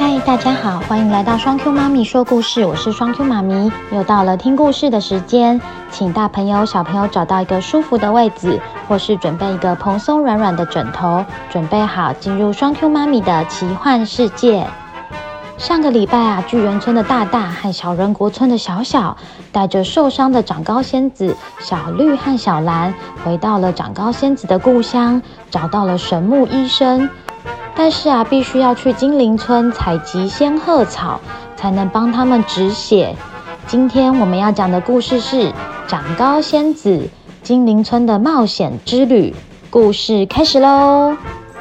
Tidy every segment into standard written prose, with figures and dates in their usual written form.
嗨，大家好，欢迎来到双 Q 妈咪说故事，我是双 Q 妈咪，又到了听故事的时间，请大朋友小朋友找到一个舒服的位置，或是准备一个蓬松软软的枕头，准备好进入双 Q 妈咪的奇幻世界。上个礼拜巨人村的大大和小人国村的小小，带着受伤的长高仙子小绿和小蓝，回到了长高仙子的故乡，找到了神木医生。但是必须要去精灵村采集仙鹤草，才能帮他们止血。今天我们要讲的故事是长高仙子精灵村的冒险之旅。故事开始咯。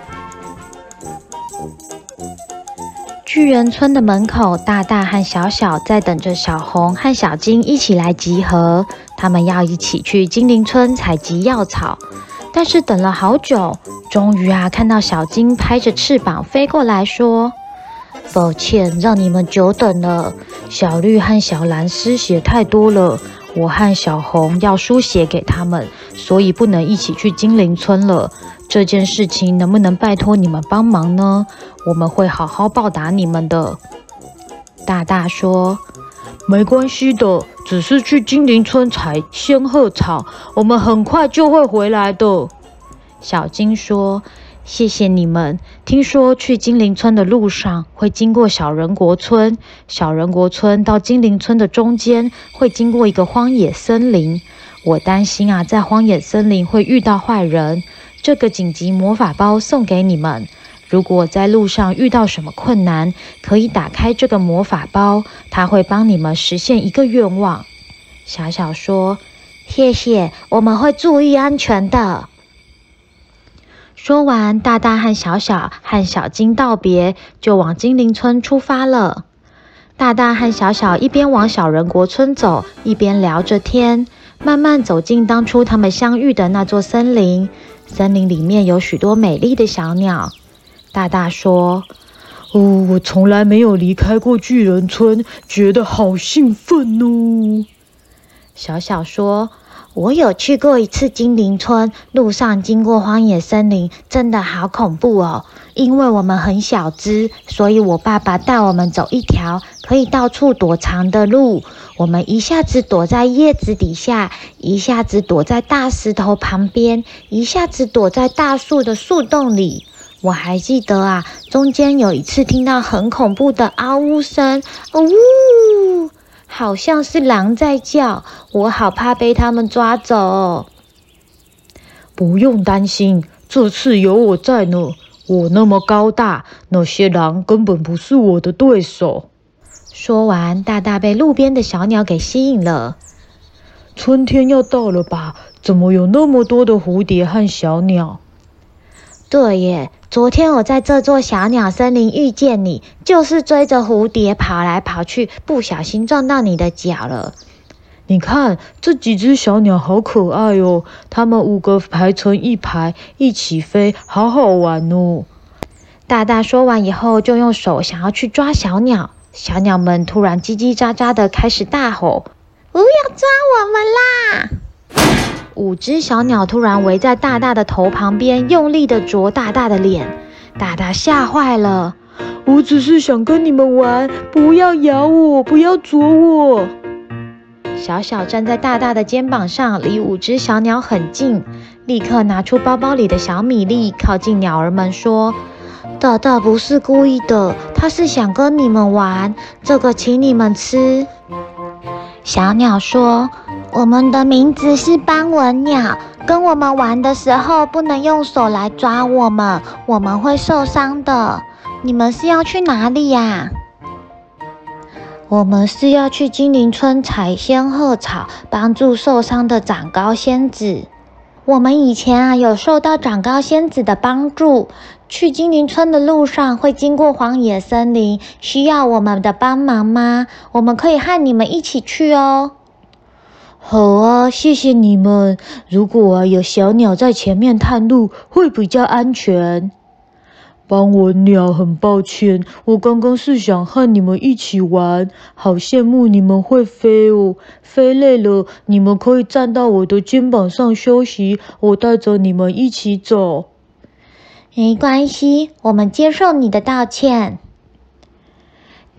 巨人村的门口，大大和小小在等着小红和小金一起来集合，他们要一起去精灵村采集药草。但是等了好久，终于看到小金拍着翅膀飞过来说：抱歉，让你们久等了。小绿和小蓝失血太多了，我和小红要输血给他们，所以不能一起去精灵村了。这件事情能不能拜托你们帮忙呢？我们会好好报答你们的。大大说：没关系的，只是去精灵村采仙鹤草，我们很快就会回来的。小金说：谢谢你们。听说去精灵村的路上会经过小人国村，小人国村到精灵村的中间会经过一个荒野森林。我担心在荒野森林会遇到坏人。这个紧急魔法包送给你们，如果在路上遇到什么困难，可以打开这个魔法包，它会帮你们实现一个愿望。小小说：谢谢，我们会注意安全的。说完，大大和小小和小金道别，就往精灵村出发了。大大和小小一边往小人国村走，一边聊着天，慢慢走进当初他们相遇的那座森林。森林里面有许多美丽的小鸟。大大说：我从来没有离开过巨人村，觉得好兴奋哦。小小说：我有去过一次精灵村，路上经过荒野森林，真的好恐怖哦。因为我们很小只，所以我爸爸带我们走一条可以到处躲藏的路。我们一下子躲在叶子底下，一下子躲在大石头旁边，一下子躲在大树的树洞里。我还记得中间有一次听到很恐怖的嗷呜声，呜，好像是狼在叫，我好怕被他们抓走。不用担心，这次有我在呢。我那么高大，那些狼根本不是我的对手。说完，大大被路边的小鸟给吸引了。春天要到了吧？怎么有那么多的蝴蝶和小鸟？对耶，昨天我在这座小鸟森林遇见你，就是追着蝴蝶跑来跑去，不小心撞到你的脚了。你看，这几只小鸟好可爱哦，它们5个排成一排，一起飞，好好玩哦。大大说完以后，就用手想要去抓小鸟，小鸟们突然叽叽喳喳的开始大吼：不要抓我们啦！5只小鸟突然围在大大的头旁边，用力的啄大大的脸。大大吓坏了：我只是想跟你们玩，不要咬我，不要啄我。小小站在大大的肩膀上，离5只小鸟很近，立刻拿出包包里的小米粒，靠近鸟儿们说：大大不是故意的，他是想跟你们玩，这个请你们吃。小鸟说：我们的名字是斑纹鸟，跟我们玩的时候不能用手来抓我们，我们会受伤的。你们是要去哪里呀？我们是要去精灵村采仙鹤草，帮助受伤的长高仙子。我们以前有受到长高仙子的帮助，去精灵村的路上会经过荒野森林，需要我们的帮忙吗？我们可以和你们一起去哦。好啊，谢谢你们。如果有小鸟在前面探路，会比较安全。斑纹鸟，很抱歉，我刚刚是想和你们一起玩，好羡慕你们会飞哦。飞累了，你们可以站到我的肩膀上休息，我带着你们一起走。没关系，我们接受你的道歉。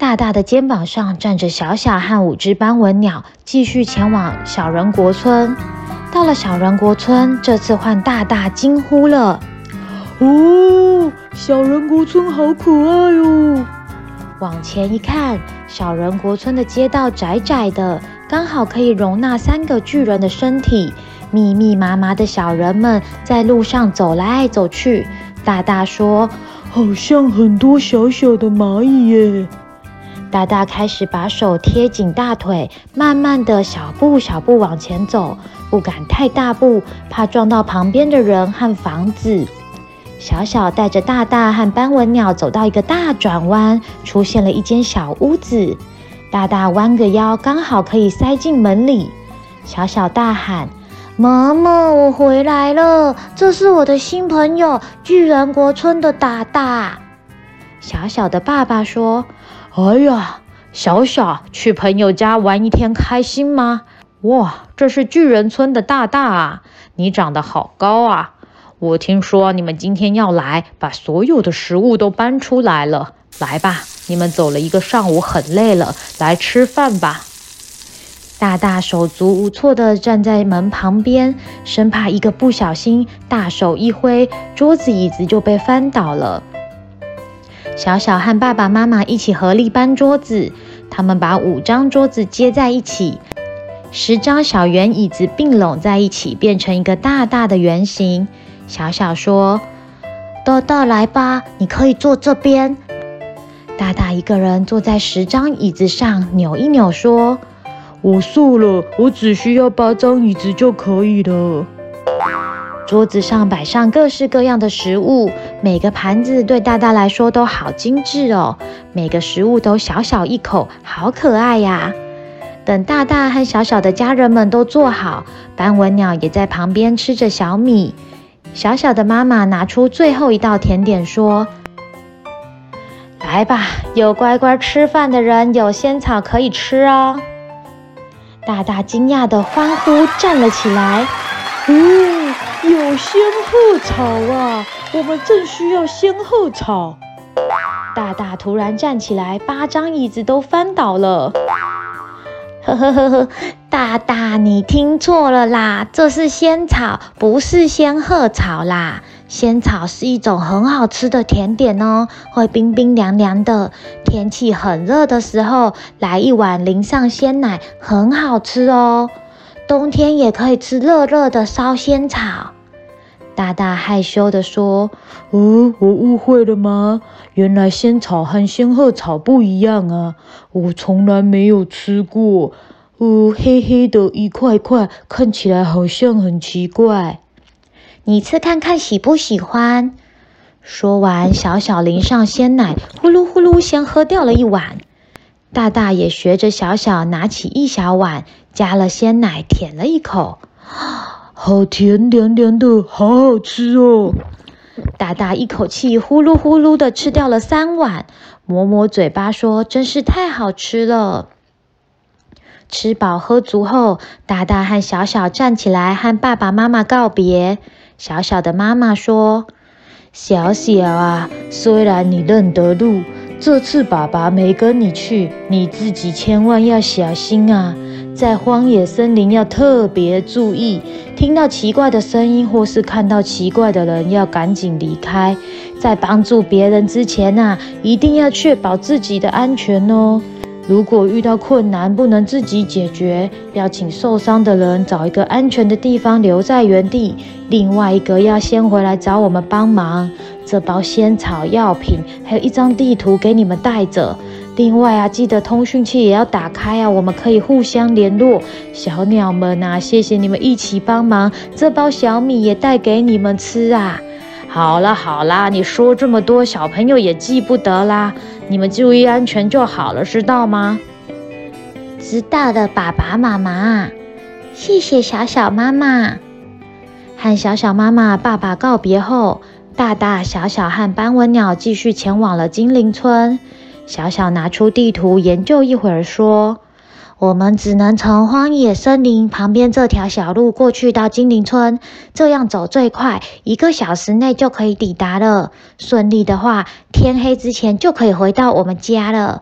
大大的肩膀上站着小小和5只斑纹鸟，继续前往小人国村。到了小人国村，这次换大大惊呼了：“ 哦，小人国村好可爱哦！” 往前一看，小人国村的街道窄窄的，刚好可以容纳3个巨人的身体。密密麻麻的小人们在路上走来走去。大大说：“ 好像很多小小的蚂蚁耶。” 大大开始把手贴紧大腿，慢慢的小步小步往前走，不敢太大步，怕撞到旁边的人和房子。小小带着大大和斑纹鸟走到一个大转弯，出现了一间小屋子。大大弯个腰，刚好可以塞进门里。小小大喊：“妈妈，我回来了！这是我的新朋友，巨人国村的大大。”小小的爸爸说：“ 哎呀，小小，去朋友家玩一天开心吗？哇，这是巨人村的大大啊，你长得好高啊！我听说你们今天要来，把所有的食物都搬出来了。来吧，你们走了一个上午，很累了，来吃饭吧。” 大大手足无措地站在门旁边，生怕一个不小心，大手一挥，桌子椅子就被翻倒了。小小和爸爸妈妈一起合力搬桌子，他们把5张桌子接在一起，10张小圆椅子并拢在一起，变成一个大大的圆形。小小说：“大大来吧，你可以坐这边。”大大一个人坐在10张椅子上，扭一扭说：“ 我瘦了，我只需要8张椅子就可以了。” 桌子上摆上各式各样的食物，每个盘子对大大来说都好精致哦，每个食物都小小一口，好可爱呀。等大大和小小的家人们都坐好，斑纹鸟也在旁边吃着小米。小小的妈妈拿出最后一道甜点说：“来吧，有乖乖吃饭的人，有仙草可以吃哦。”大大惊讶地欢呼站了起来：“ 哦，有仙鹤草啊！我们正需要仙鹤草。” 大大突然站起来，8张椅子都翻倒了。呵呵呵呵，大大你听错了啦，这是仙草，不是仙鹤草啦。仙草是一种很好吃的甜点哦，会冰冰凉凉的。天气很热的时候，来一碗淋上鲜奶，很好吃哦。冬天也可以吃热热的烧仙草。大大害羞地说：“ 我误会了吗？原来仙草和仙鹤草不一样啊！我从来没有吃过。黑黑的一块块，看起来好像很奇怪。 你吃看看喜不喜欢？”说完，小小淋上鲜奶，呼噜呼噜先喝掉了一碗。大大也学着小小拿起一小碗，加了鲜奶，舔了一口。 好甜，凉凉的，好好吃哦！ 大大一口气呼噜呼噜的吃掉了3碗，抹抹嘴巴说：“真是太好吃了。”吃饱喝足后，大大和小小站起来和爸爸妈妈告别。小小的妈妈说：“小小啊，虽然你认得路，这次爸爸没跟你去，你自己千万要小心啊！在荒野森林要特别注意，听到奇怪的声音或是看到奇怪的人，要赶紧离开。在帮助别人之前啊，一定要确保自己的安全哦。如果遇到困难不能自己解决，要请受伤的人找一个安全的地方留在原地，另外一个要先回来找我们帮忙。这包仙草药品还有一张地图给你们带着。另外啊，记得通讯器也要打开啊，我们可以互相联络。小鸟们啊，谢谢你们一起帮忙，这包小米也带给你们吃啊。好啦好啦，你说这么多，小朋友也记不得啦。你们注意安全就好了，知道吗？知道了，爸爸妈妈。谢谢小小妈妈。和小小妈妈、爸爸告别后，大大、小小和斑纹鸟继续前往了精灵村。小小拿出地图研究一会儿，说：“我们只能从荒野森林旁边这条小路过去到精灵村，这样走最快，1个小时内就可以抵达了。顺利的话，天黑之前就可以回到我们家了。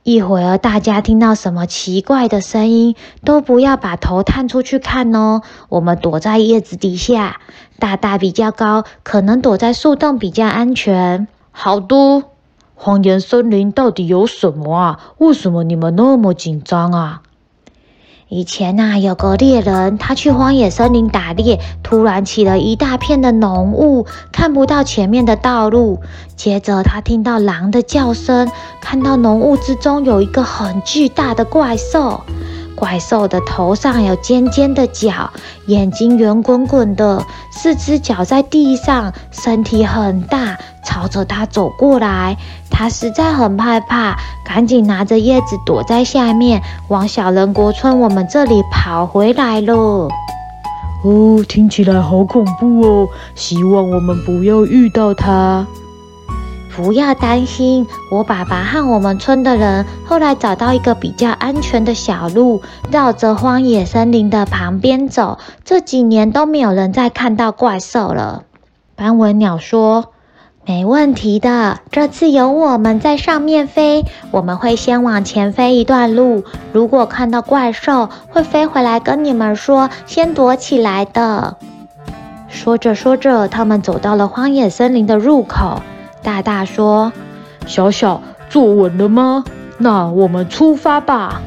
一会儿大家听到什么奇怪的声音，都不要把头探出去看哦。我们躲在叶子底下，大大比较高，可能躲在树洞比较安全。 好的。荒野森林到底有什么啊？为什么你们那么紧张啊？ 以前啊，有个猎人，他去荒野森林打猎，突然起了一大片的浓雾，看不到前面的道路。接着他听到狼的叫声，看到浓雾之中有一个很巨大的怪兽。怪兽的头上有尖尖的角，眼睛圆滚滚的，4只脚在地上，身体很大，朝着他走过来。他实在很害怕，赶紧拿着叶子躲在下面，往小人国村我们这里跑回来了。 哦，听起来好恐怖哦！希望我们不要遇到它。 不要担心，我爸爸和我们村的人后来找到一个比较安全的小路，绕着荒野森林的旁边走。这几年都没有人再看到怪兽了。斑纹鸟说：“没问题的，这次有我们在上面飞，我们会先往前飞一段路。如果看到怪兽，会飞回来跟你们说，先躲起来的。”说着说着，他们走到了荒野森林的入口。大大说：“ 小小，坐稳了吗？那我们出发吧。”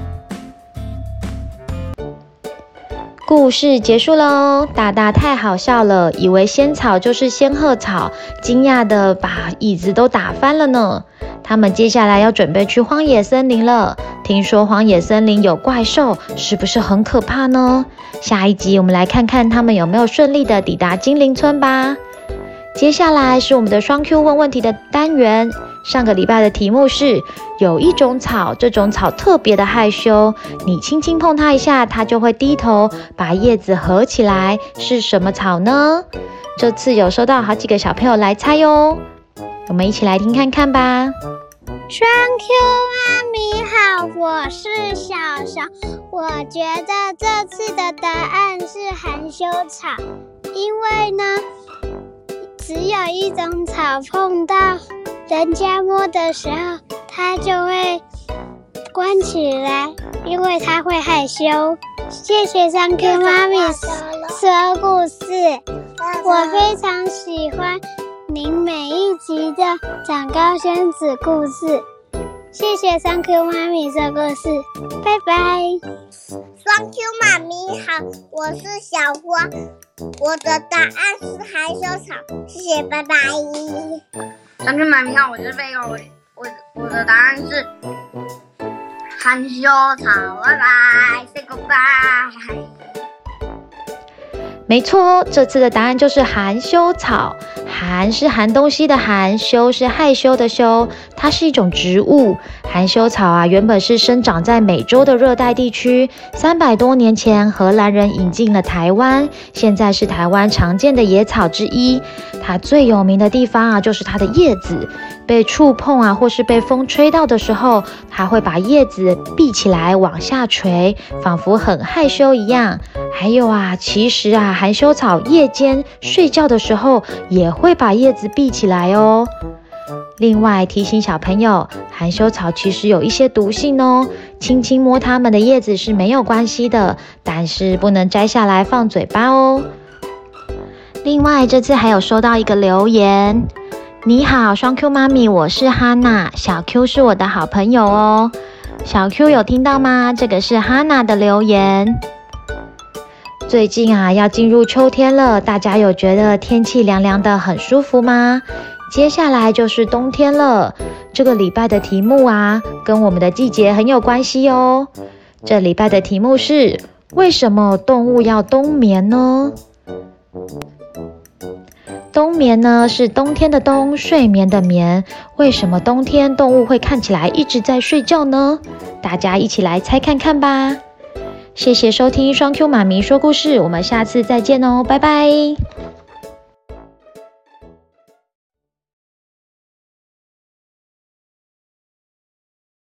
故事结束喽，大大太好笑了，以为仙草就是仙鹤草，惊讶的把椅子都打翻了呢。他们接下来要准备去荒野森林了，听说荒野森林有怪兽，是不是很可怕呢？下一集我们来看看他们有没有顺利的抵达精灵村吧。接下来是我们的双 Q 问问题的单元。上个礼拜的题目是：有一种草，这种草特别的害羞，你轻轻碰它一下，它就会低头，把叶子合起来，是什么草呢？这次有收到好几个小朋友来猜哟，我们一起来听看看吧。 双 Q 妈咪好，我是小小。我觉得这次的答案是含羞草，因为呢，只有一种草碰到人家摸的时候，它就会关起来，因为它会害羞。谢谢双 Q 妈咪说故事，我非常喜欢您每一集的长高仙子故事。谢谢双 Q 妈咪说故事，拜拜。 双 Q 妈咪好，我是小花，我的答案是含羞草，谢谢，拜拜。 双 Q 妈咪好，我是贝狗，我的答案是含羞草，拜拜 ，say goodbye。 没错，这次的答案就是含羞草。含是含东西的含，羞是害羞的羞，它是一种植物。含羞草啊，原本是生长在美洲的热带地区，300多年前荷兰人引进了台湾，现在是台湾常见的野草之一。它最有名的地方啊，就是它的叶子。被触碰啊，或是被风吹到的时候，它会把叶子闭起来往下垂，仿佛很害羞一样。还有啊，其实啊，含羞草夜间睡觉的时候也会把叶子闭起来哦。另外提醒小朋友，含羞草其实有一些毒性哦，轻轻摸它们的叶子是没有关系的，但是不能摘下来放嘴巴哦。另外这次还有收到一个留言。你好，双 Q 妈咪，我是哈娜，小 Q 是我的好朋友哦。小 Q 有听到吗？这个是哈娜的留言。最近啊，要进入秋天了，大家有觉得天气凉凉的很舒服吗？接下来就是冬天了。这个礼拜的题目啊，跟我们的季节很有关系哦。这礼拜的题目是：为什么动物要冬眠呢？冬眠呢是冬天的冬，睡眠的眠。为什么冬天动物会看起来一直在睡觉呢？大家一起来猜看看吧。谢谢收听双 Q 妈咪说故事，我们下次再见哦，拜拜。